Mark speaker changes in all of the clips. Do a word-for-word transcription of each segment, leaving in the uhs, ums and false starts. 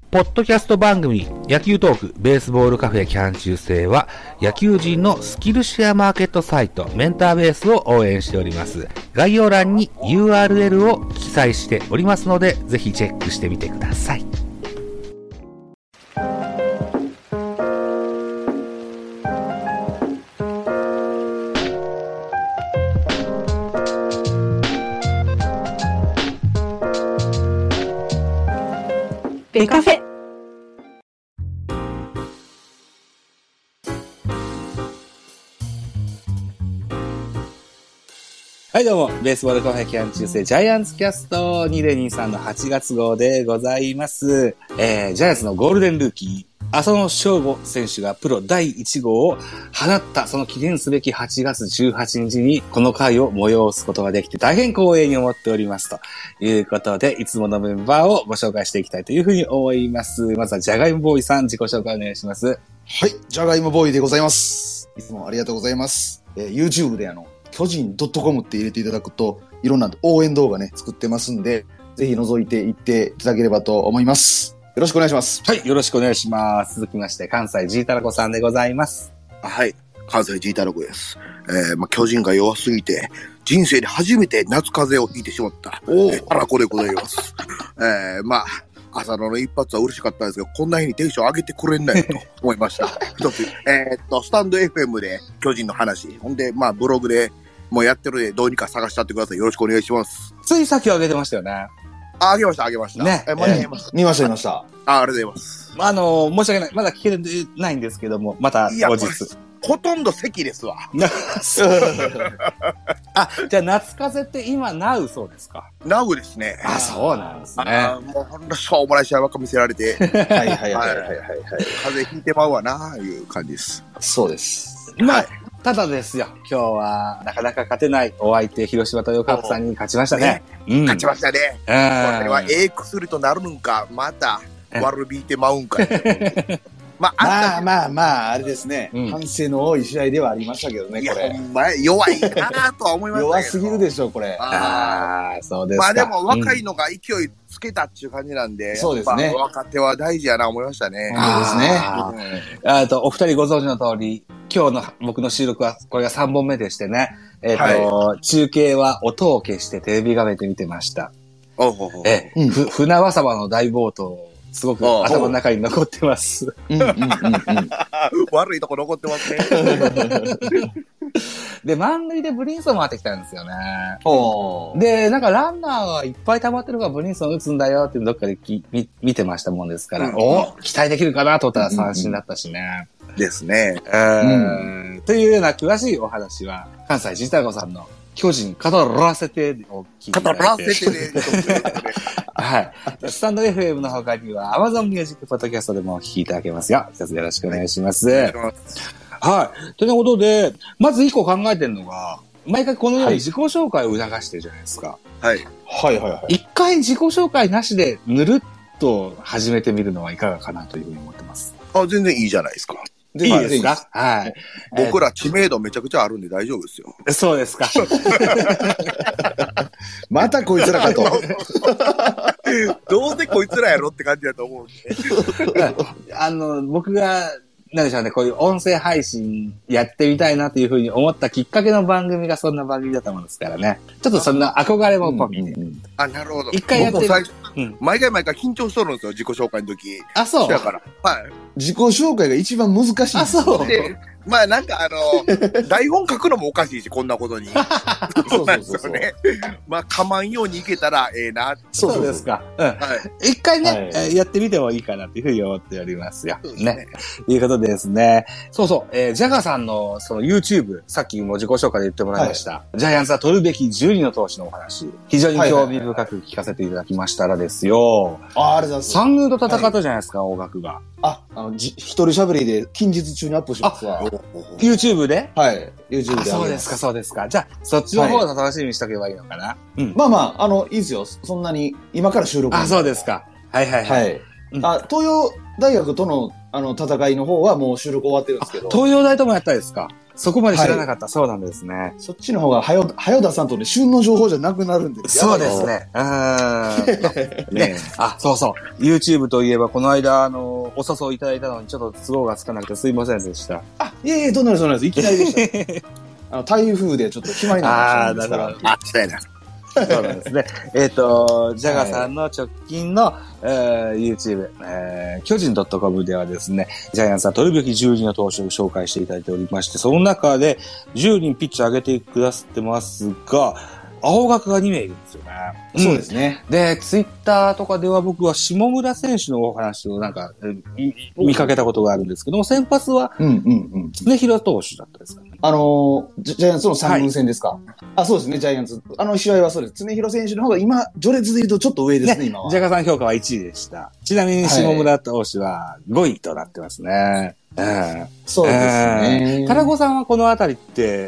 Speaker 1: ポッドキャスト番組野球トークベースボールカフェキャン中世は野球人のスキルシェアマーケットサイトメンターベースを応援しております。概要欄に ユーアールエル を記載しておりますのでぜひチェックしてみてください。
Speaker 2: ベカフェ。
Speaker 1: はいどうも、ベースボールカフェキャン中世ジャイアンツキャストにせんにじゅうさんのはちがつ号でございます。えー、ジャイアンツのゴールデンルーキー、浅野翔吾選手がプロだいいち号を放った、その記念すべきはちがつじゅうはちにちにこの回を催すことができて大変光栄に思っておりますということで、いつものメンバーをご紹介していきたいというふうに思います。まずはジャガイモボーイさん、自己紹介お願いします。
Speaker 3: はい、ジャガイモボーイでございます。いつもありがとうございます。えー、YouTube であの、巨人 .com って入れていただくと、いろんな応援動画ね、作ってますんで、ぜひ覗いていっていただければと思います。よろしくお願いします。
Speaker 1: はい、よろしくお願いします。続きまして、関西ジータラコさんでございます。
Speaker 4: はい、関西ジータラコです。えー、まあ、巨人が弱すぎて、人生で初めて夏風邪をひいてしまった、おー、タラコでございます。えー、まあ、浅野の一発は嬉しかったんですけど、こんな日にテンション上げてくれんないと思いました。一つ、えー、っと、スタンド エフエム で巨人の話、ほんで、まあ、ブログでもうやってるんで、どうにか探しちゃってください。よろしくお願いします。
Speaker 1: ついさっき上げてましたよね。
Speaker 4: あ、あげました、あげました。
Speaker 1: ね。
Speaker 4: え、まだ見ました。
Speaker 3: 見ました、見ました。
Speaker 4: あ、ありがとうございます。
Speaker 1: あの、申し訳ない。まだ聞けてないんですけども、また後日。
Speaker 4: ほとんど席ですわ。
Speaker 1: あ、じゃあ夏風邪って今ナウそうですか？
Speaker 4: ナウですね。
Speaker 1: あ、そうなんですね。
Speaker 4: あ、もうほんとしょうもない試合ばっか見せられて。
Speaker 3: はいはいはいはいはいはい。
Speaker 4: 風邪ひいてまうわな、いう感じです。
Speaker 3: そうです。
Speaker 1: まあ、
Speaker 4: はい、
Speaker 1: ただですよ、今日はなかなか勝てないお相手、広島東洋カップさんに勝ちましたね。うん、
Speaker 4: 勝ちましたね。これはええ薬となるのか、また悪びいてまうんか。
Speaker 3: まあ、まあまあまあ、あれですね、うん。反省の多い試合ではありましたけどね、これ。
Speaker 4: ほんま弱いかなとは思いましたけど。
Speaker 3: 弱すぎるでしょ、これ。
Speaker 1: ああ、そうですか。
Speaker 4: まあでも若いのが勢いつけたっていう感じなんで、うん、
Speaker 3: そうですね。
Speaker 4: 若手は大事やな思いましたね。
Speaker 3: そうですね。
Speaker 1: あと、お二人ご存知の通り、今日の僕の収録は、これがさんぼんめでしてね、えっ、ー、と、はい、中継は音を消してテレビ画面で見てました。
Speaker 4: おうほうほう。
Speaker 1: え、うん、ふ、船わさばの大暴投、すごく頭の中に残ってます。うんうんうんうん、
Speaker 4: 悪いとこ残ってますね。
Speaker 1: で、満塁でブリンソン回ってきたんですよね。で、なんかランナーがいっぱい溜まってるからブリンソン打つんだよってどっかでき見見てましたもんですから、うん、お期待できるかなと思ったら三振だったしね。
Speaker 4: うんうん、ですね、
Speaker 1: うん。というような詳しいお話は、関西ジータコさんの巨人語らせてお聞きいただいて。語らせてね。はい。スタンド エフエム の他には Amazon Music Podcast でもお聞きいただけますよ。一つよろしくお願いします。はい。はい。ということで、まず一個考えてるのが、毎回このように自己紹介を促してるじゃないですか。
Speaker 4: はい。
Speaker 3: はいはいはい。
Speaker 1: 一回自己紹介なしでぬるっと始めてみるのはいかがかなというふうに思ってます。
Speaker 4: あ、全然いいじゃないですか。
Speaker 1: いいですか？はい。
Speaker 4: 僕ら知名度めちゃくちゃあるんで大丈夫ですよ。
Speaker 1: そうですか。
Speaker 3: またこいつらかと。
Speaker 4: どうせこいつらやろって感じだと思うんで。
Speaker 1: あの、僕が、なんでしょうね、こういう音声配信やってみたいなというふうに思ったきっかけの番組がそんな番組だったもんですからね。ちょっとそんな憧れも込みで。
Speaker 4: うんうん、あ、なるほど。
Speaker 1: 一回やってみ
Speaker 4: 最初、うん、毎回毎回緊張しとるんですよ、自己紹介の時。
Speaker 1: あ、そう。
Speaker 4: だから。はい。
Speaker 3: 自己紹介が一番難しいです。
Speaker 1: あ、そう。
Speaker 4: で、まあなんかあの、台本書くのもおかしいし、こんなことに。そうなんですよね。まあ、かまんようにいけたらええな。
Speaker 1: そうですか。うん。はい。一回ね、はい、やってみてもいいかなというふうに思っておりますよ。ね。ね。ということでですね。そうそう。えー、ジャガさんのその YouTube、さっきも自己紹介で言ってもらいました。はい、ジャイアンツは取るべきじゅうにの投手のお話。非常に興味深く聞かせていただきましたらですよ。
Speaker 3: あ、ありがとうございます。
Speaker 1: 三軍と戦ったじゃないですか、はい、大学が。
Speaker 3: あ、あの、じ、一人喋りで近日中にアップしますわ。
Speaker 1: YouTube で？
Speaker 3: はい。YouTube で。
Speaker 1: そうですか、そうですか。じゃあ、そっちの方を楽しみにしとけばいいのかな。はい、
Speaker 3: うん。まあまあ、あの、いいですよ。そんなに、今から収録。
Speaker 1: あ、そうですか。はいはいはい。はい。
Speaker 3: うん、あ、東洋大学とのあの、戦いの方はもう収録終わってるんですけど。
Speaker 1: 東洋大ともやったですか。そこまで知らなかった。はい、そうなんですね。
Speaker 3: そっちの方が、はよ、はよ出さんとね、旬の情報じゃなくなるんで。
Speaker 1: そうですね。うん。ね。あ、そうそう。YouTube といえば、この間、あの、お誘いいただいたのに、ちょっと都合がつかなくてすいませんでした。
Speaker 3: あ、いえいえ、どんなです、どんなです。いきなりでした。あの、台風でちょっと暇になりましたから。
Speaker 4: あ、そうやな。
Speaker 1: そうなんですね。えっと、ジャガさんの直近の、えー、YouTube、えー、巨人 .com ではですね、ジャイアンツは取るべきじゅうにんの投手を紹介していただいておりまして、その中でじゅうにんピッチャー上げてくださってますが、青学がにめいいるんですよね。
Speaker 3: そうですね。
Speaker 1: で、ツイッターとかでは僕は下村選手のお話をなんか、見かけたことがあるんですけども、先発は、うんうんうん。常広投手だったですかね。
Speaker 3: あのー、ジャイアンツのさん軍戦ですか、はい、あ、そうですね、ジャイアンツ。あの試合はそうです。常広選手の方が今、序列で言うとちょっと上ですね、ね今は。
Speaker 1: ジャガさん評価はいちいでした。ちなみに下村投手はごいとなってますね。うん、
Speaker 3: そうですね。
Speaker 1: タラコさんはこのあたりって、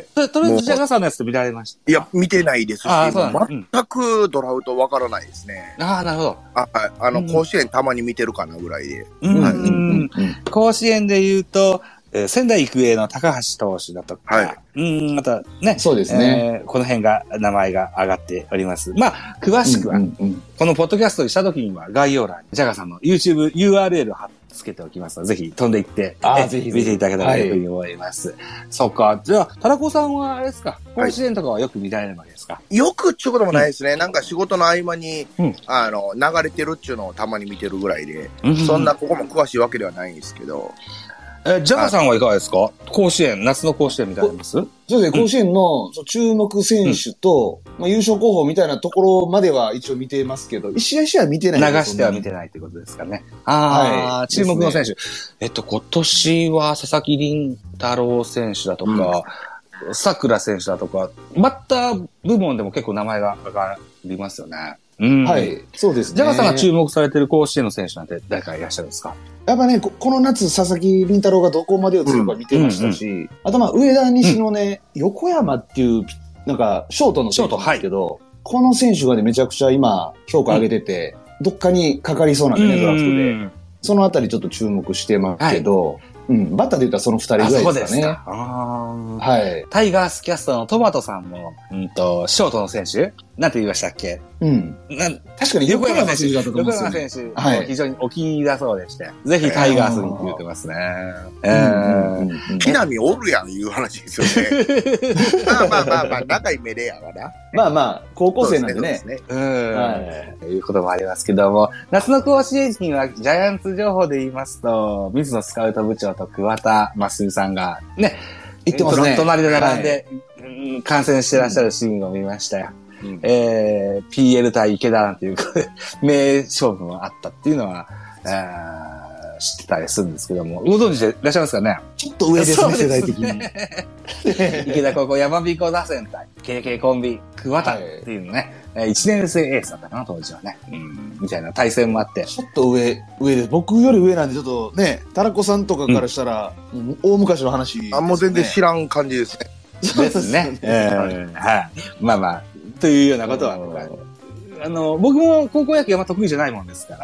Speaker 1: と, とりあえずジャガさんのやつと見られました？
Speaker 4: いや、見てないですし、
Speaker 1: あそうなん
Speaker 4: 全くドラフトわからないですね。
Speaker 1: ああ、なるほど。
Speaker 4: あ、あの、甲子園たまに見てるかなぐらいで。
Speaker 1: うんはい、うん甲子園で言うと、えー、仙台育英の高橋投手だとか、はい、うん、またね、
Speaker 3: そうですね、
Speaker 1: えー。この辺が、名前が上がっております。まあ、詳しくは、うんうんうん、このポッドキャストにした時には概要欄に、ジャガさんの YouTube ユーアールエル を貼ってつけておきますので、ぜひ飛んでいって、
Speaker 3: あぜひ
Speaker 1: 見ていただけたらというふうに思います。はい、そうか。じゃあ、タラコさんはあれですか、甲子園とかはよく見られるわけですか？はい、
Speaker 4: よくっちゅうこともないですね。うん、なんか仕事の合間に、うん、あの、流れてるっちゅうのをたまに見てるぐらいで、うん、そんなここも詳しいわけではないんですけど。
Speaker 1: え、ジャガさんはいかがですか？甲子園、夏の甲子園みたいなます？
Speaker 3: そうですね、甲子園の注目選手と、うん、まあ、優勝候補みたいなところまでは一応見てますけど、一試合試合見てない
Speaker 1: です。流しては見てないということですかね。ああ、はい、注目の選手。ね、えっと、今年は佐々木麟太郎選手だとか、うん、桜選手だとか、バッター部門でも結構名前が上がりますよね。うん、
Speaker 3: はい、そうですね。
Speaker 1: ジャガさんが注目されている甲子園の選手なんて誰かいらっしゃるんですか？
Speaker 3: やっぱね、こ, この夏、佐々木麟太郎がどこまで打つのか見てましたし、うんうんうん、あとまあ、上田西のね、うん、横山っていう、なんか、ショートの選手なんですけど、はい、この選手がね、めちゃくちゃ今、評価上げてて、うん、どっかにかかりそうなんでね、ドラフトで。そのあたりちょっと注目してますけど、はい、うん、バッターで言ったらその二人ぐらいですかね。そうですか。はい。
Speaker 1: タイガースキャストのトマトさんも、うんと、ショートの選手なんて言いましたっけ？
Speaker 3: うん。
Speaker 1: なん
Speaker 3: 確かに横山選手だったと思うんですよ、ね。
Speaker 1: 横山選手、はい、非常にお気に入りだそうでして、ぜひタイガースにって言ってますね。えー、
Speaker 4: 木浪おるやんいう話ですよね。まあまあまあまあ、仲いい目でやわな。
Speaker 3: まあまあ、高校生なんでね。
Speaker 1: うねうん、はい。ということもありますけども、夏の甲子園にはジャイアンツ情報で言いますと、水野スカウト部長と桑田真澄さんがね、
Speaker 3: 行ってますね。
Speaker 1: 隣で並んで、はい、うん、観戦してらっしゃるシーンを見ましたよ。うん、えー、ピーエル 対池田なんていう名勝負もあったっていうのは、えー、知ってたりするんですけども、ご存知でいらっしゃいますかね？
Speaker 3: ちょっと上ですね、世代的に。
Speaker 1: 池田高校山彦打線対 ケーケー コンビ桑田っていうのね、はい、いちねん生エースだったかな、当時はね。うん、みたいな対戦もあって。
Speaker 3: ちょっと上、上です。僕より上なんでちょっとね、タラコさんとかからしたら、うん、大昔の話、ね。
Speaker 4: あ、もう全然知らん感じですね。
Speaker 1: ですね。えー、はい。まあまあ、というようなことは、あの、僕も高校野球は得意じゃないもんですから、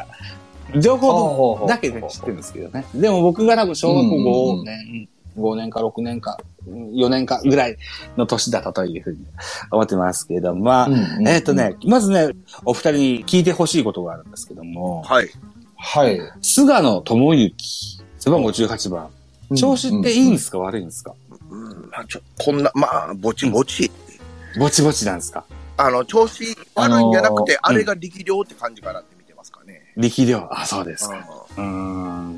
Speaker 1: 情報だけで知ってるんですけどね。でも僕が多分小学校ごねん、ごねんかろくねんか、よねんかぐらいの年だったというふうに思ってますけど、まあ、うんうんうん、えっとね、まずね、お二人に聞いてほしいことがあるんですけども、
Speaker 4: はい。
Speaker 3: はい。
Speaker 1: 菅野智之、背番号じゅうはちばん、調子っていいんですか、うんうん、悪いんですか？
Speaker 4: うん、まあ、ちょ、こんな、まあ、ぼちぼち。
Speaker 1: ぼちぼちなんですか？
Speaker 4: あの、調子悪いんじゃなくて、あのー、あれが力量って感じかなって見てますかね。
Speaker 1: 力量、あ、そうですか。うん。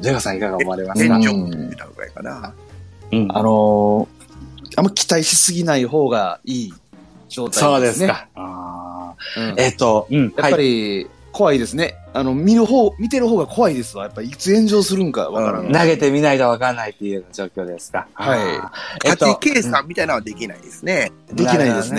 Speaker 1: ジェガさんいかが思われますか？
Speaker 4: 現状って言ったぐらいかな。
Speaker 3: うん。あのー、あんま期待しすぎない方がいい状態ですね。
Speaker 1: そうですか。あうん、えっと、うん。
Speaker 3: やっぱり、怖いですね。あの、見る方、見てる方が怖いですわ。やっぱりいつ炎上するんかわからない、うん。
Speaker 1: 投げてみないとわからないっていう状況ですか。
Speaker 3: はい。
Speaker 4: えっと、はちケー さんみたいなのはできないですね。
Speaker 3: できないですね。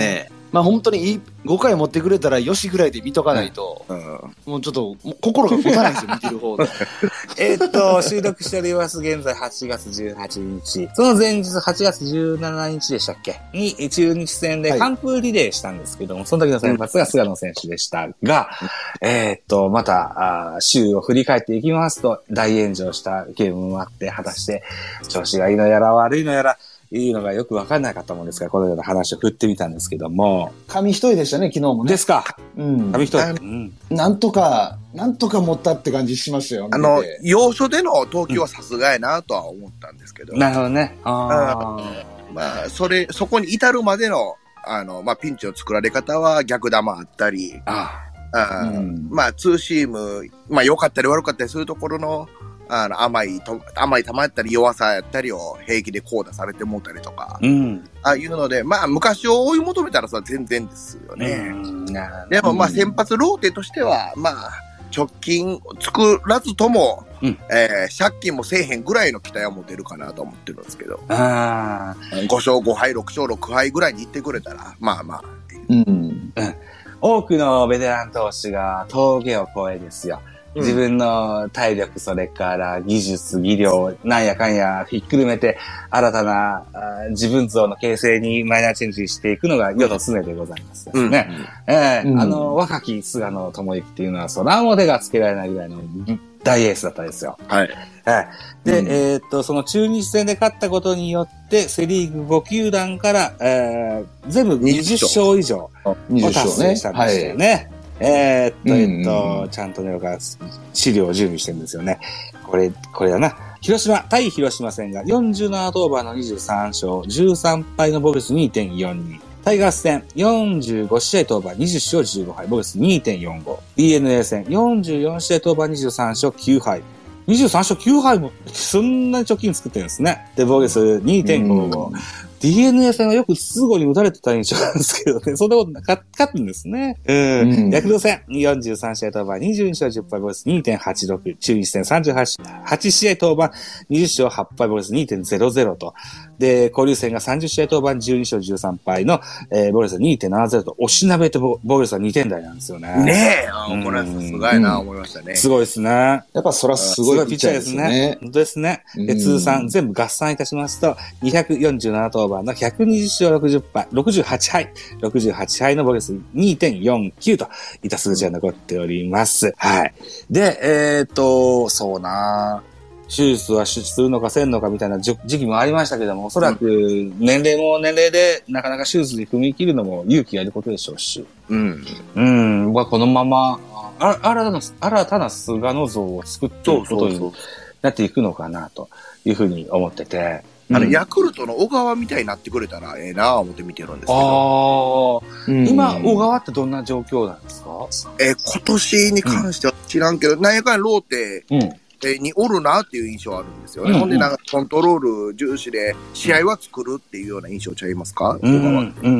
Speaker 3: まあ本当にいいごかい持ってくれたらよしぐらいで見とかないと、
Speaker 4: うん。
Speaker 3: もうちょっともう心が持たないんですよ、見てる方で。
Speaker 1: えーっと、収録しております。現在はちがつじゅうはちにち。その前日はちがつじゅうしちにちでしたっけに、中日戦で完封リレーしたんですけども、はい、その時の先発が菅野選手でしたが、うん、えーっと、また、あ週を振り返っていきますと、大炎上したゲームもあって、果たして調子がいいのやら悪いのやら、いうのがよくわかんなかったもんですから、このような話を振ってみたんですけども。
Speaker 3: 紙一重でしたね、昨日もね。
Speaker 1: ですか。
Speaker 3: うん。
Speaker 1: 紙一重。
Speaker 3: うん。なんとか、なんとか持ったって感じしましたよ。
Speaker 4: あの、要所での投球はさすがやなとは思ったんですけど。
Speaker 1: うん、なるほどね。あ
Speaker 4: あまあ、それ、そこに至るまでの、あの、まあ、ピンチの作られ方は逆球あったり、
Speaker 1: あ
Speaker 4: あ、うん、まあ、ツーシーム、まあ、良かったり悪かったりするところの、あの、甘いと、甘い球やったり弱さやったりを平気でこう出されてもうたりとか、
Speaker 1: うん、
Speaker 4: ああいうので、まあ昔を追い求めたらさ、全然ですよね。うん、でもまあ先発ローテとしては、まあ、直近作らずとも、うん、えー、借金もせえへんぐらいの期待は持てるかなと思ってるんですけど、
Speaker 1: あ
Speaker 4: ごしょうごはい、ろくしょうろくはいぐらいに行ってくれたら、まあまあ。
Speaker 3: うん。
Speaker 1: うん。多くのベテラン投手が峠を越えですよ。自分の体力、それから技術、技量、なんやかんやひっくるめて、新たな自分像の形成にマイナーチェンジしていくのが世の常でございますですね。うん、ええーうん、あの、若き菅野智之っていうのは、そらも手がつけられないぐらいの大エースだったんですよ。
Speaker 4: はい。
Speaker 1: はい。で、
Speaker 3: うん、
Speaker 1: えー、っと、その中日戦で勝ったことによって、セリーグご球団から、えー、全部にじゅっしょう以上を達成したんでしたよね。えー、っと、えっと、ちゃんとね、僕は資料を準備してるんですよね。これ、これだな。広島、対広島戦がよんじゅうなな登板のにじゅうさんしょう、じゅうさんぱいの防御率 にてんよんに。タイガース戦よんじゅうごしあい登板にじゅっしょうじゅうごはい、防御率 にてんよんご。ディーエヌエー 戦よんじゅうよんしあい登板にじゅうさんしょうきゅうはい。にじゅうさんしょうきゅうはいも、そんなに貯金作ってるんですね。で、防御率 にてんごご。ディーエヌエー 戦はよくすぐに打たれてた印象なんですけどね。そんなことなかったんですね。うん。うん、ヤクルト戦よんじゅうさんしあい登板にじゅうにしょうじゅっぱい防御率 にてんはちろく。中日戦さんじゅうはちしあい登板にじゅっしょうはっぱい防御率 にてんゼロゼロ と。で、交流戦がさんじゅっしあい登板じゅうにしょうじゅうさんぱいの、えー、防御率 にてんななゼロ と、押しなべて防御率はにてんだいなんですよね。
Speaker 4: ねえ、あこれはさすがやな、思いましたね。
Speaker 1: すごいですね。
Speaker 3: やっぱそらすごいピッチャーですね。
Speaker 1: 本当ですね。で、通算全部合算いたしますと、にひゃくよんじゅうなな登板のひゃくにじゅっしょうろくじゅっぱい、ろくじゅうはちはい、ろくじゅうはちはいの防御率 にてんよんきゅう といった数字が残っております。はい。で、えっと、そうな手術は手術するのかせんのかみたいな時期もありましたけども、おそらく年齢も年齢でなかなか手術に踏み切るのも勇気がいることでしょうし。
Speaker 4: うん。
Speaker 1: うん。このまま、あ新たな、新たな菅野像を作っていくことになっていくのかなというふうに思ってて。
Speaker 4: あの、うん、ヤクルトの小川みたいになってくれたらええなぁ思って見てるんですけど。
Speaker 1: ああ、うん、今、小川ってどんな状況なんですか？
Speaker 4: えー、今年に関しては知らんけど、うん、なんやかんやローテ、うんにおるなっていう印象あるんですよね。うんうん、ほんでなんかコントロール重視で試合は作るっていうような印象ちゃいますか？
Speaker 1: うんうんうん。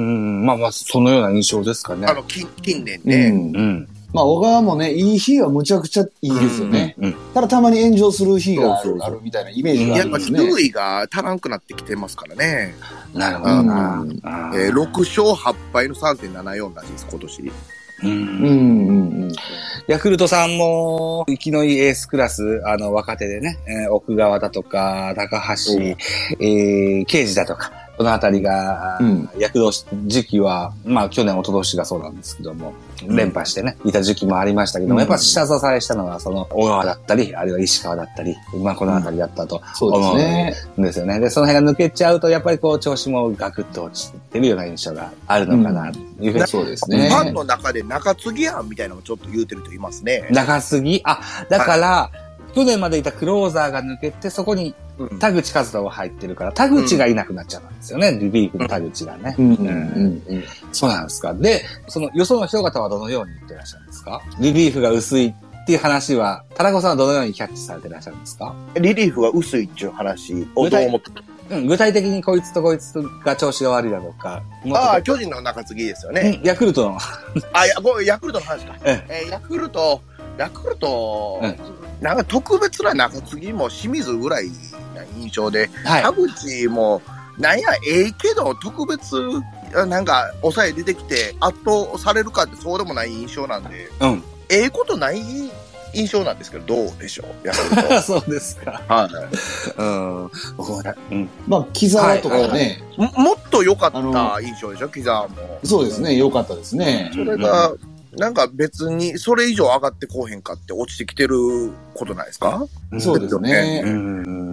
Speaker 1: まあまあ、そのような印象ですかね。
Speaker 4: あの、近近年ね。うん。
Speaker 3: うん、まあ、小川もね、いい日はむちゃくちゃいいですよね。うんうんうん、ただたまに炎上する日がある、そうそうそうあるみたいなイメージがあるんですね。
Speaker 4: やっぱ種類が足らんくなってきてますからね。
Speaker 1: なるほどな。
Speaker 4: うんえー、ろくしょうはっぱいの さんてんななよん らしいです、今年。
Speaker 1: うんうんうんうん、ヤクルトさんも、生きのいいエースクラス、あの、若手でね、えー、奥川だとか、高橋、えー、刑事だとか、このあたりが、うん、躍動し、時期は、まあ去年、一昨年がそうなんですけども、連覇してね、いた時期もありましたけども、うん、やっぱ下支えしたのは、その、小川だったり、あるいは石川だったり、まあこのあたりだったと思うんですよね。で、その辺が抜けちゃうと、やっぱりこう、調子もガクッと落ちてるような印象があるのかな、というふうに、うん、
Speaker 3: そうですね。
Speaker 4: ファンの中で中継ぎやんみたいなのもちょっと言うてる人いますね。
Speaker 1: 中継ぎあ、だから、はい、去年までいたクローザーが抜けて、そこに、田口和人が入ってるから、田口がいなくなっちゃうんですよね。うん、リリーフの田口がね。うんうんうんうん、そうなんですか。で、その、よその人方はどのように言ってらっしゃるんですか？リリーフが薄いっていう話は、田中さんはどのようにキャッチされてらっしゃるんですか？
Speaker 4: リリーフが薄いっていう話をどう思って
Speaker 1: うん、具体的にこいつとこいつが調子が悪いだとか。
Speaker 4: ああ、巨人の中継ぎですよね。
Speaker 1: うん、ヤクルトの。
Speaker 4: あ、や、ごヤクルトの話か。ええー、ヤクルト、ヤクルト、うん、なんか特別な中継ぎも清水ぐらいな印象で、はい、田口も、なんや、ええけど、特別なんか、抑え出てきて、圧倒されるかってそうでもない印象なんで、
Speaker 1: うん。
Speaker 4: ええことない印象なんですけど、どうでしょうヤクルト
Speaker 1: そうですか。
Speaker 4: はい。
Speaker 1: うん。僕もね、うん。
Speaker 3: まあ、木沢とかね、
Speaker 4: も、もっと良かった印象でしょ木沢も。
Speaker 3: そうですね、良かったですね。
Speaker 4: それが、なんか別に、それ以上上がってこうへんかって落ちてきてることないですか？
Speaker 3: そうですね。
Speaker 1: うん。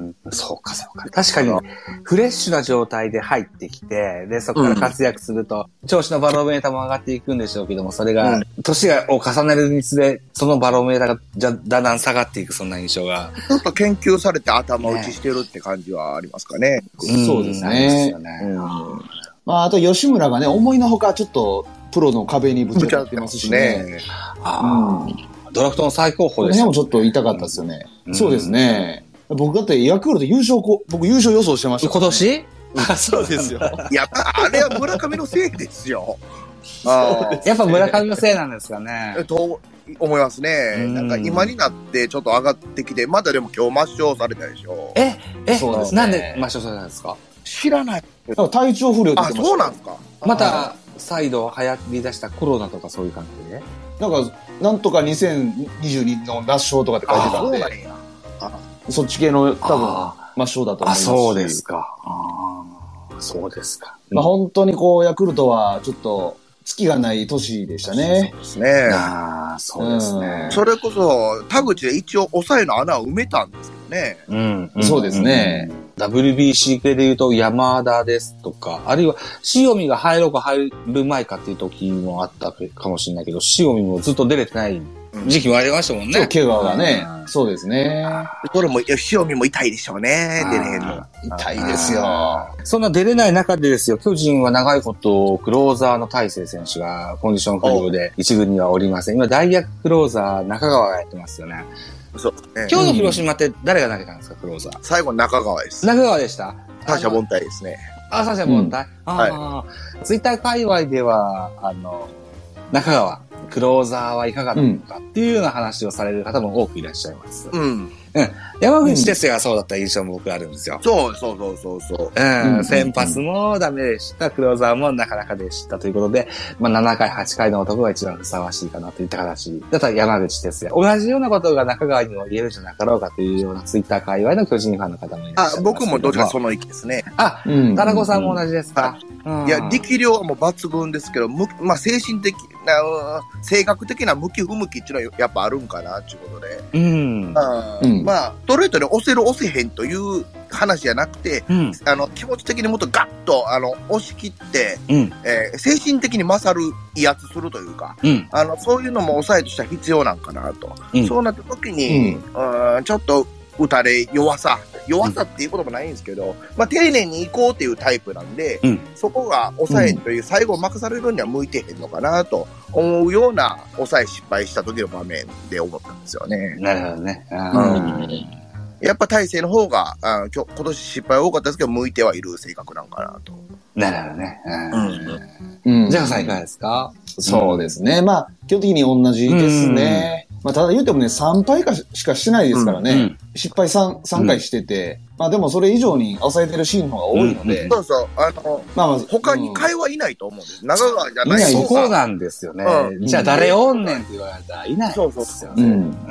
Speaker 1: そうか、そうか。確かに、フレッシュな状態で入ってきて、で、そこから活躍すると、うん、調子のバロメーターも上がっていくんでしょうけども、それが、年、うん、を重ねるにつれ、そのバロメーターが、じゃ、だんだん下がっていく、そんな印象が。
Speaker 4: ちょっと研究されて頭打ちしてるって感じはありますかね。
Speaker 3: ね、そうですね。うん、まあ、あと吉村がね、思いのほかちょっと、プロの壁にぶち当たってますしね。ね
Speaker 1: あうん、ドラフトの最高峰です。
Speaker 3: この辺もちょっと痛かったですよね。うん、そうですね。僕だってヤクルト優勝こ、僕優勝予想してました、ね。
Speaker 1: 今年、
Speaker 3: うん、そうですよ。
Speaker 4: いや、あれは村上のせいですよ。
Speaker 1: あやっぱ村上のせいなんですかね。
Speaker 4: と思いますね。なんか今になってちょっと上がってきて、まだでも今日抹消されたでしょ。
Speaker 1: え、え、そうですね、なんで抹消されたんですか？
Speaker 4: 知らない。
Speaker 3: 体調不良って言ってました。
Speaker 4: あ、そうなんですか。
Speaker 1: また、再度流行り出したコロナとかそういう感じで、ね、
Speaker 3: なんか、なんとかにせんにじゅうにの合唱とかって書いてたんで、
Speaker 4: そうなんや。
Speaker 3: そっち系の多分、抹消だと思いますし。
Speaker 1: あ、そうですか。あそうですか。
Speaker 3: まあ本当にこう、ヤクルトはちょっと、月がない年でしたね。
Speaker 4: そうですね。
Speaker 1: ああ、そうですね、
Speaker 4: うん。それこそ、田口で一応抑えの穴を埋めたんですけどね。
Speaker 1: うん。
Speaker 3: うん、そうですね。
Speaker 1: ダブリュービーシー 系で言うと山田ですとか、あるいは塩見が入ろうか入る前かっていう時もあったかもしれないけど、塩見もずっと出れてない時期もありましたもんね。
Speaker 3: そう、怪我がね。そうですね。
Speaker 4: これも、塩見も痛いでしょうね。出れへんの。
Speaker 3: 痛いですよ。
Speaker 1: そんな出れない中でですよ、巨人は長いことクローザーの大勢選手がコンディション不良で一軍にはおりません。今代役クローザー中川がやってますよね。
Speaker 4: そうね。
Speaker 1: 今日の広島って誰が投げたんですか、クローザー。
Speaker 4: 最後中川です。
Speaker 1: 中川でした。
Speaker 4: 三者凡退ですね。
Speaker 1: あ、三者凡退、うん、あ、
Speaker 4: はい。
Speaker 1: ツイッター界隈では、あの、中川、クローザーはいかがなのかっていうような話をされる方も多くいらっしゃいます。
Speaker 4: うん。うん。
Speaker 1: 山口哲也がそうだった印象も僕あるんですよ。
Speaker 4: そうそうそうそうそう。
Speaker 1: うん。先発もダメでした。クローザーもなかなかでした。ということで、まあななかい、はちかいの男が一番ふさわしいかなといった形だったら山口哲也。同じようなことが中川にも言えるんじゃなかろうかというようなツイッター界隈の巨人ファンの方もいらっしゃいます。
Speaker 4: あ、僕もどちらかその意見ですね。
Speaker 1: あ、うん、田中さんも同じですか。
Speaker 4: うん、いや、力量はもう抜群ですけど、むまあ精神的な、性格的な向き不向きっていうのはやっぱあるんかなっていうことで。
Speaker 1: うん。
Speaker 4: あうん、まあ、ストレートで押せる押せへんという話じゃなくて、うん、あの、気持ち的にもっとガッと、あの、押し切って、うん、えー、精神的に勝る、威圧するというか、うん、あの、そういうのも抑えとしては必要なんかなと。うん、そうなった時に、うん、うんちょっと、打たれ弱さ、弱さっていうこともないんですけど、うん、まあ、丁寧に行こうっていうタイプなんで、うん、そこが抑えという最後任されるには向いてへんのかなと思うような抑え失敗した時の場面で思ったんですよね。
Speaker 1: なるほどね。うん、
Speaker 4: やっぱ大勢の方があ今日今年失敗多かったですけど向いてはいる性格なんかなと。
Speaker 1: なるほどね。
Speaker 3: うん。
Speaker 1: ジャガさんいかがですか？
Speaker 3: そうですね。まあ、基本的に同じですね。まあ、ただ言うてもね、さんぱいかしかしてないですからね。うんうん、失敗 3, さんかいしてて、うん、まあでもそれ以上に抑えてるシーンの方が多いので。
Speaker 4: うんうん、そうそう。あの、まあまあ、他に替えはいないと思うんです。中川じゃない。
Speaker 1: そこなんですよね。うん、じゃあ誰おんねんって言われたらいないですよね。そうそうそう。うん、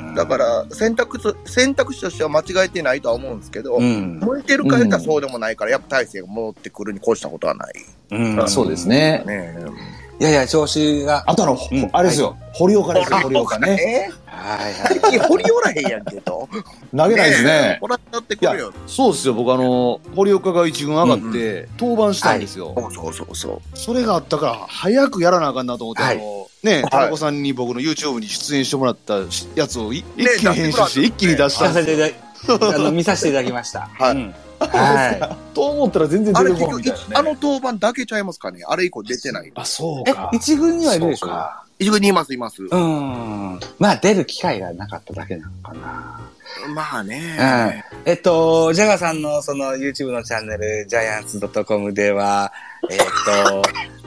Speaker 4: だから選択肢、選択肢としては間違えてないとは思うんですけど、うん、向いてるか言ったらそうでもないから、やっぱ大勢が戻ってくるに越したことはない。
Speaker 3: うんうん、そうですね。
Speaker 1: ねいやいや、調子が。
Speaker 3: あとあの、うん、あれですよ。はい、堀岡ですよ、堀岡ね。
Speaker 4: はいはい。堀おらへんやんけど。
Speaker 3: 投げないですね。
Speaker 4: もらってくるよ。
Speaker 3: そうですよ。僕あの、堀岡が一軍上がって、登板したんですよ。
Speaker 4: そうそうそうそう。
Speaker 3: それがあったから、早くやらなあかんなと思って、あの、ね、田中さんに僕の YouTube に出演してもらったやつを一気に編集して、一気に出したんですよ。
Speaker 1: あの、見させていただきました。
Speaker 4: はい。
Speaker 3: はい。と思ったら全然出てこないみたいなね。
Speaker 4: あの登板だけちゃいますかね。あれ以降出てない。
Speaker 3: あ、そうか。
Speaker 1: え、一軍にはいるでしょう
Speaker 4: か。一軍にいます、います。
Speaker 1: うん。まあ、出る機会がなかっただけなのかな。
Speaker 4: まあね。
Speaker 1: うん。えっと、ジャガさんのその YouTube のチャンネル、ジャイアンツ .com では、えっと、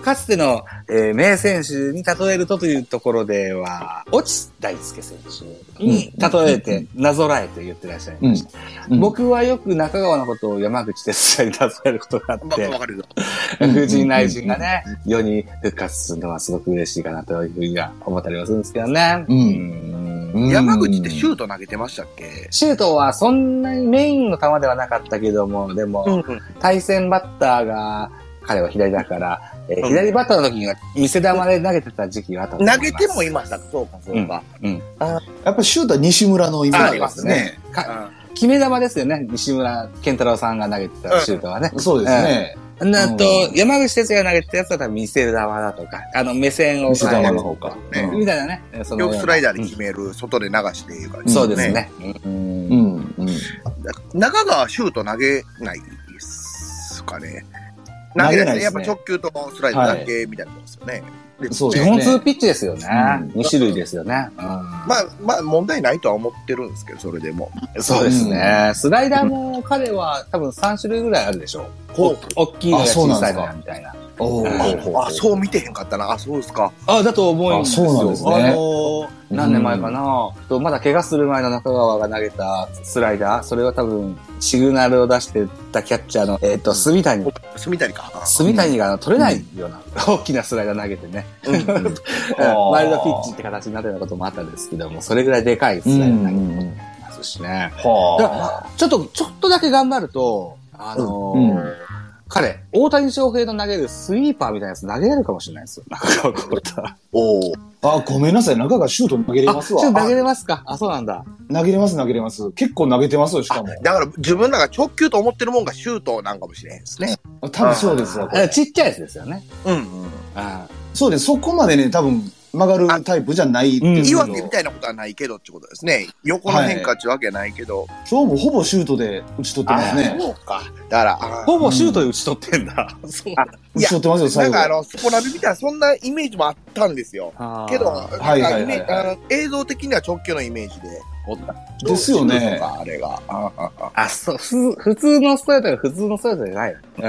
Speaker 1: かつての、えー、名選手に例えるとというところでは、越智大輔選手に例えて、なぞらえて言ってらっしゃいました。うんうん、僕はよく中川のことを山口哲也に例えることがあって、
Speaker 4: わかるよ。
Speaker 1: 風神雷神がね、世に復活するのはすごく嬉しいかなというふうに思ったりはするんですけどね。うん
Speaker 4: うん、山口ってシュート投げてましたっけ？
Speaker 1: シュートはそんなにメインの球ではなかったけども、でも、うんうん、対戦バッターが、彼は左だから、えーうん、左バッターの時には見せ球で投げてた時期があったと思います。
Speaker 4: 投げてもいました。そうか、そうか。
Speaker 1: うんうん、
Speaker 3: あやっぱシュートは西村のイメージありますね。
Speaker 1: 決め球ですよね。西村健太郎さんが投げてたシュートはね。
Speaker 3: うん、そうですね。
Speaker 1: あと、うん、山口哲也が投げてたやつは多分見せ球だとか、あの、目線を。
Speaker 3: 見せ球の方か。
Speaker 1: ね、みたいなね。
Speaker 4: そのよくスライダーで決める、うん、外で流していう感
Speaker 1: じ、ね。そうですね。うん。うん。
Speaker 4: うん、中川シュート投げないですかね。投げないですね。やっぱ直球とスライダーだけみたいなことですよね。
Speaker 1: はい、そうですね。基本ツーピッチですよね。うん、に種類ですよね。うん、
Speaker 4: まあ、まあ、問題ないとは思ってるんですけど、それでも。
Speaker 1: そうですね。うん、スライダーも彼は多分さん種類ぐらいあるでしょう。う大きいのや小さいのやみたいな。
Speaker 4: おあ、そう見てへんかったな。あ、そうですか。
Speaker 1: あ、だと思うんですよ。
Speaker 3: そうなんですね。あの
Speaker 1: ー、何年前かな、うん、まだ怪我する前の中川が投げたスライダー、それは多分、シグナルを出してたキャッチャーの、えっ、ー、と、住谷。
Speaker 4: 住谷か。
Speaker 1: 住谷が取れないような、大きなスライダー投げてね。うんうん、ワイルドピッチって形になってたこともあったんですけども、それぐらいでかいスライダー投げてますしね。はあ、ちょっと、ちょっとだけ頑張ると、あのーうんうん彼、大谷翔平の投げるスイーパーみたいなやつ投げれるかもしれないですよ。中川浩太。
Speaker 3: おお。あ、ごめんなさい。中川シュート投げれますわ。
Speaker 1: シュート投げれますか？あ、そうなんだ。
Speaker 3: 投げれます、投げれます。結構投げてますよ、しかも。
Speaker 4: だから自分らが直球と思ってるもんがシュートなんかもしれへんですね。
Speaker 3: 多分そうですわ。
Speaker 1: ちっちゃいやつですよね。
Speaker 4: うんうん。
Speaker 1: あ
Speaker 3: そうです。そこまでね、多分、曲がるタイプじゃないっていう。
Speaker 4: 岩手みたいなことはないけどってことですね。横の変化ってわけはないけど。
Speaker 3: 今日もほぼシュートで打ち取ってますね。
Speaker 4: そうか。だから、
Speaker 1: ほぼシュートで打ち取ってんだ。
Speaker 3: うん、そう。打ち取ってますよ、最後。
Speaker 4: なんかあの、スポナビみたいなそんなイメージもあったんですよ。けど、はいはいはいはい、映像的には直球のイメージで。
Speaker 3: ですよね。
Speaker 4: あれが。
Speaker 1: あ、そう、普通のストレートが普通のストレートじゃない。うん。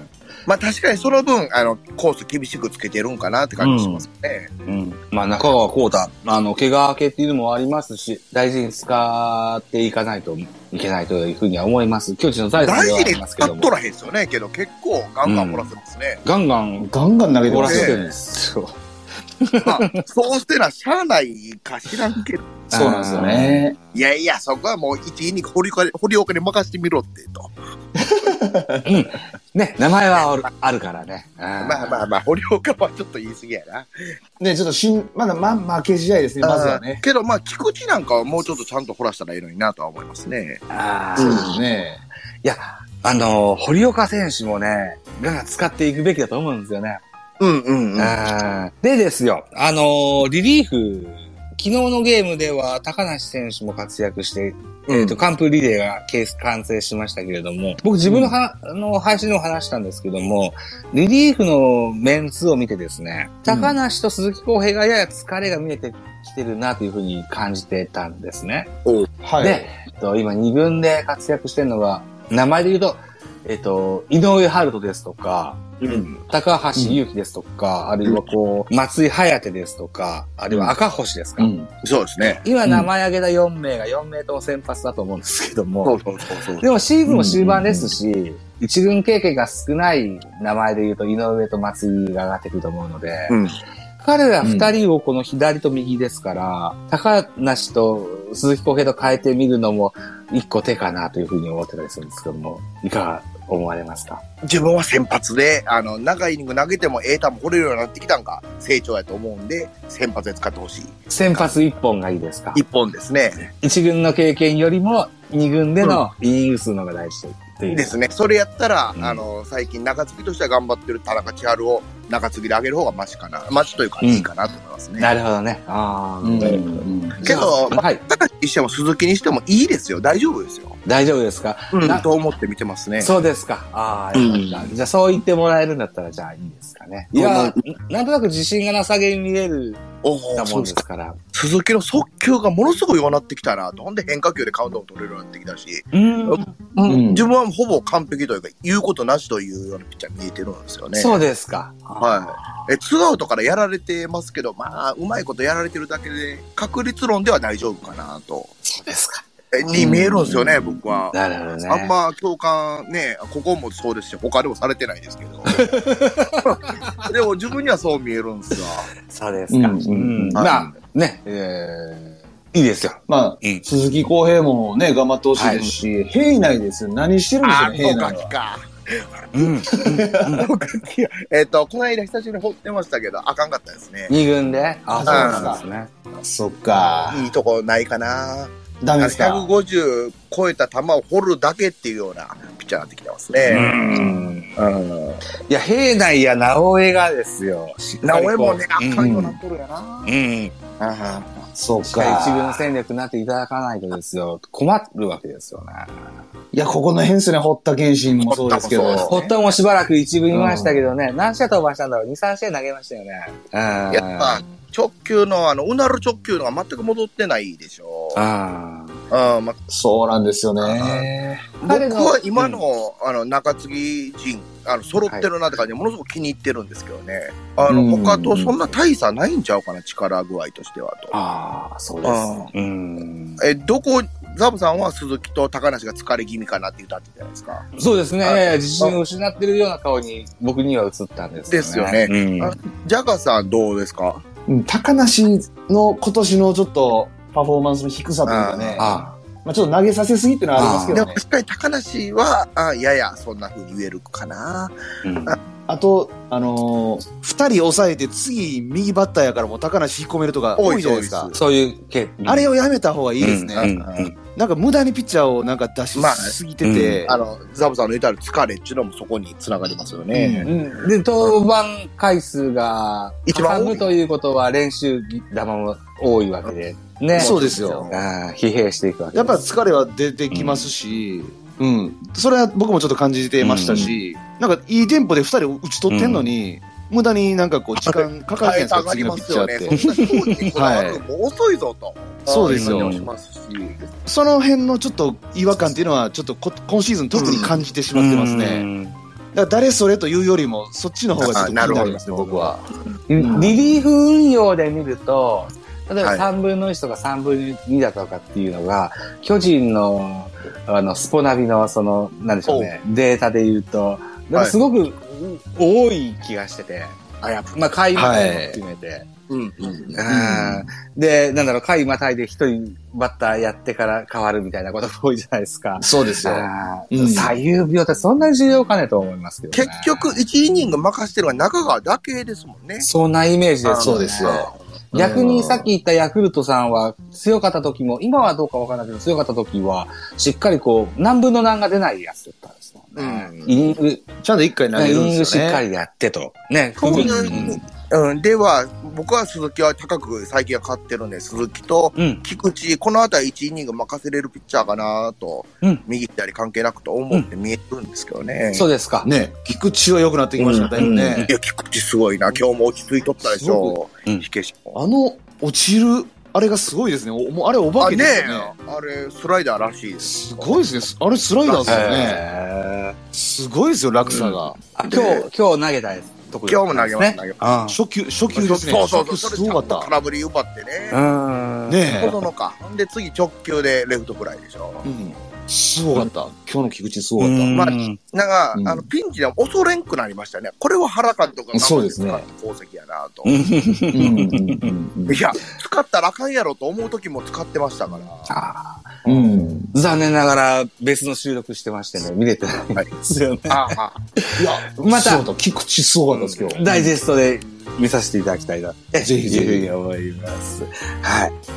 Speaker 4: まあ確かにその分、あの、コース厳しくつけてるんかなって感じしますね。
Speaker 1: うん。うん、まあ中川浩太、あの、怪我明けっていうのもありますし、大事に使っていかないといけないというふうには思います。巨人の財産ではありますけども。
Speaker 4: 大事に使っとらへんですよね。けど結構ガンガン漏らせますね。
Speaker 1: うん、ガンガン、
Speaker 3: ガンガン投げてます
Speaker 1: ね。漏らしてるんですよ。
Speaker 4: まあ、そうしてな、しゃあないか知らんけど。
Speaker 3: そうなんですよね。
Speaker 4: いやいや、そこはもう一イニング掘り岡に任せてみろってと。
Speaker 1: うん、ね、名前はある、あるからね。
Speaker 4: まあまあまあ、堀岡はちょっと言い過ぎやな。
Speaker 3: ね、ちょっとしん、まだまあ負け試合ですね、まずはね。
Speaker 4: けどまあ、菊池なんかはもうちょっとちゃんと掘らしたらいいのになとは思いますね。
Speaker 1: ああ、そうですね。いや、あの、堀岡選手もね、ガンガン使っていくべきだと思うんですよね。
Speaker 4: うんうんうん。
Speaker 1: でですよ、あのー、リリーフ、昨日のゲームでは高梨選手も活躍して、うん、えっ、ー、と、完封リレーがケース完成しましたけれども、僕自分のは、うん、あの配信でも話したんですけども、リリーフのメンツを見てですね、高梨と鈴木康平がやや疲れが見えてきてるなというふうに感じてたんですね。
Speaker 3: はい、
Speaker 1: で、えっと、今に軍で活躍してるのが、名前で言うと、えっと、井上春人ですとか、うん、高橋祐希ですとか、うん、あるいはこう、松井颯ですとか、あるいは赤星ですか、うん、
Speaker 4: そうですね。
Speaker 1: 今名前挙げたよん名がよん名とも先発だと思うんですけども、
Speaker 4: そうそうそうそう。
Speaker 1: でもシーズンも終盤ですし、うんうんうん、一軍経験が少ない名前で言うと井上と松井が上がってくると思うので、うん、彼ら二人をこの左と右ですから、うん、高梨と鈴木康平と変えてみるのも一個手かなというふうに思ってたりするんですけども、いかが思われますか？
Speaker 4: 自分は先発で、あの、長いイニング投げてもええ球掘れるようになってきたんが成長やと思うんで、先発で使ってほしい。
Speaker 1: 先発一本がいいですか？
Speaker 4: 一本ですね。
Speaker 1: 一軍の経験よりも二軍でのイニング数の方が大事という。
Speaker 4: ですね。それやったら、うん、あの、最近中継ぎとしては頑張ってる田中千春を中継ぎで上げる方がマシかな。マシというかいいかなと思いますね。
Speaker 1: うん、なるほどね。ああ。うん。
Speaker 4: けど、まあ、はい、高橋にしても鈴木にしてもいいですよ。大丈夫ですよ。
Speaker 1: 大丈夫ですか？
Speaker 4: うん。と思って見てますね。
Speaker 1: そうですか。ああ、よかった、うん。じゃあそう言ってもらえるんだったら、じゃあいいですかね。いや、なんとなく自信がなさげに見えるなもんですから。
Speaker 4: 鈴木の速球がものすごい弱くなってきたなと。ほんで変化球でカウントも取れるようになってきたし。うん。うん、自分はほぼ完璧というか、言うことなしというようなピッチャーに見えてるんですよね。
Speaker 1: そうですか。
Speaker 4: はい。え、ツーアウトからやられてますけど、まあ、うまいことやられてるだけで、確率論では大丈夫かなと。
Speaker 1: そうですか。
Speaker 4: に見えるんですよね、僕は。
Speaker 1: なるほどね。
Speaker 4: あんま共感ね、ここもそうですし、他でもされてないですけど。でも自分にはそう見えるんですよ。
Speaker 1: そうですか。うんうん、まあ、ね、えー、いいですよ。
Speaker 3: まあ、うん、鈴木康平もね、頑張ってほしいですし、はい、兵内ですよ。何してるんですよね、兵内は。
Speaker 4: か。うん。えっと、この間久しぶりに掘ってましたけど、あかんかったですね。
Speaker 1: 二軍であ、そうなんですね。
Speaker 3: そっか。
Speaker 4: いいとこないかな。
Speaker 3: ダメですか。
Speaker 4: ひゃくごじゅう超えた球を掘るだけっていうようなピッチャーになってきてますね。うん。
Speaker 1: うん、いや、平内や直江がですよ。
Speaker 4: 直江もね、あかんようになっとるやな。うん。うん、
Speaker 3: あそうか。
Speaker 1: 一軍戦略になっていただかないとですよ。困るわけですよね。
Speaker 3: いや、ここの辺ですね、堀田健信もそうですけど。
Speaker 1: 堀田もしばらく一軍いましたけどね、うん、何試合飛ばしたんだろう ?に、さん試合投げましたよね。
Speaker 4: うん。やっぱ、直球の、あの、うなる直球のが全く戻ってないでしょ。
Speaker 1: あ
Speaker 3: あ。ま、そうなんですよね。
Speaker 4: 僕は今の、うん、あの、中継ぎ陣、あの、揃ってるなって感じで、ものすごく気に入ってるんですけどね。あの、他とそんな大差ないんちゃうかな、力具合としてはと。
Speaker 1: ああ、そうです。うん。
Speaker 4: え、どこ、ザブさんは鈴木と高梨が疲れ気味かなって言ったってじゃないですか。
Speaker 1: そうですね。自信を失ってるような顔に僕には映ったんですよね。
Speaker 4: ですよね。うん、ジャガさんどうですか？
Speaker 3: 高梨の今年のちょっとパフォーマンスの低さというかね。ああまあちょっと投げさせすぎっていうのはありますけどね。
Speaker 4: でもしっかり高梨は、あややそんな風に言えるかな。
Speaker 3: うん、あ, あと、あのー、二人抑えて次右バッターやからもう高梨引っ込めるとか多いじゃないですか。
Speaker 1: そういう系。
Speaker 3: あれをやめた方がいいですね。うんうんうん、なんか無駄にピッチャーをなんか出しすぎてて。
Speaker 4: まあ、うん、あの、ザブさんの言ったら疲れっていうのもそこに繋がりますよね。
Speaker 1: うんうん、で、登板回数が一番多いということは練習球も多いわけで。ね。
Speaker 3: そうですよ。
Speaker 1: あ疲弊していくわけ
Speaker 3: です。やっぱ疲れは出てきますし、うん、うん。それは僕もちょっと感じてましたし、うん、なんかいいテンポで二人打ち取ってんのに、うん、無駄になんかこう時間かかるじゃないですか、次のピッチャーって。
Speaker 4: はい。もう遅いぞと。
Speaker 3: そうですよ。その辺のちょっと違和感っていうのはちょっと今シーズン特に感じてしまってますね。うん、だから誰それというよりもそっちの方がちょっと気になりますね、僕は。
Speaker 1: リリーフ運用で見ると、例えばさんぶんのいちとかさんぶんのにだとかっていうのが、巨人の、あの、スポナビのその、なんでしょうね、データで言うと、なんかすごく多い気がしてて、あ、やっぱ、まあ、回も含めて。はいうんうんうん、で、なんだろう、回またいで一人バッターやってから変わるみたいなことが多いじゃないですか。
Speaker 3: そうですよ。
Speaker 1: うん、左右病ってそんなに重要かねと思いますけどね。
Speaker 4: 結局、いちイニング任してるのは中川だけですもんね。
Speaker 1: そんなイメージですよね。
Speaker 3: そうですよ。
Speaker 1: 逆にさっき言ったヤクルトさんは強かった時も、今はどうかわからないけど強かった時は、しっかりこう、何分の何が出ないやつだったんですよね。うん、イニング、
Speaker 3: ちゃんと一回投げるんですよね。イニング
Speaker 1: しっかりやってと。ね。
Speaker 4: そういううん、では、僕は鈴木は高く最近は買ってるんで、鈴木と菊池、うん、このあたりいちイニング任せれるピッチャーかなと、うん、右左関係なくと思って見えるんですけどね。
Speaker 1: うん、そうですか。
Speaker 3: ね、菊池は良くなってきましたね、だいぶね、うん。
Speaker 4: いや、菊池すごいな。今日も落ち着いとったでしょ。うん、火消し
Speaker 3: あの、落ちる、あれがすごいですね。もうあれお化けですよね。
Speaker 4: あれ、スライダーらしいです。
Speaker 3: すごいですね。あれスライダーですよね。すごいですよ、落差が。
Speaker 1: うん、今日、今日投げたやつ。
Speaker 4: 今日も投げます、投げま
Speaker 3: す。初球、初球ですね。
Speaker 4: そうそうそう。
Speaker 3: すごかった。
Speaker 4: 空振り奪ってね。
Speaker 1: うん。
Speaker 3: ねえ。
Speaker 4: ほどのか。で、次直球でレフトフライでしょ。うん。
Speaker 3: すごかった。今日の菊池すごかった。
Speaker 4: まあ、なんか、あの、ピンチで恐れんくなりましたね。これは原監督が
Speaker 3: そうですね。
Speaker 4: 功績やなと。いや、使ったらあかんやろと思う時も使ってましたから。
Speaker 1: あうん、残念ながら別の収録してましてね、見れてないんですよね。ああ
Speaker 3: いや、また、菊池すごかったです、今日。
Speaker 1: ダイジェストで見させていただきたいな、
Speaker 3: ぜひぜひ。
Speaker 1: 思います。はい。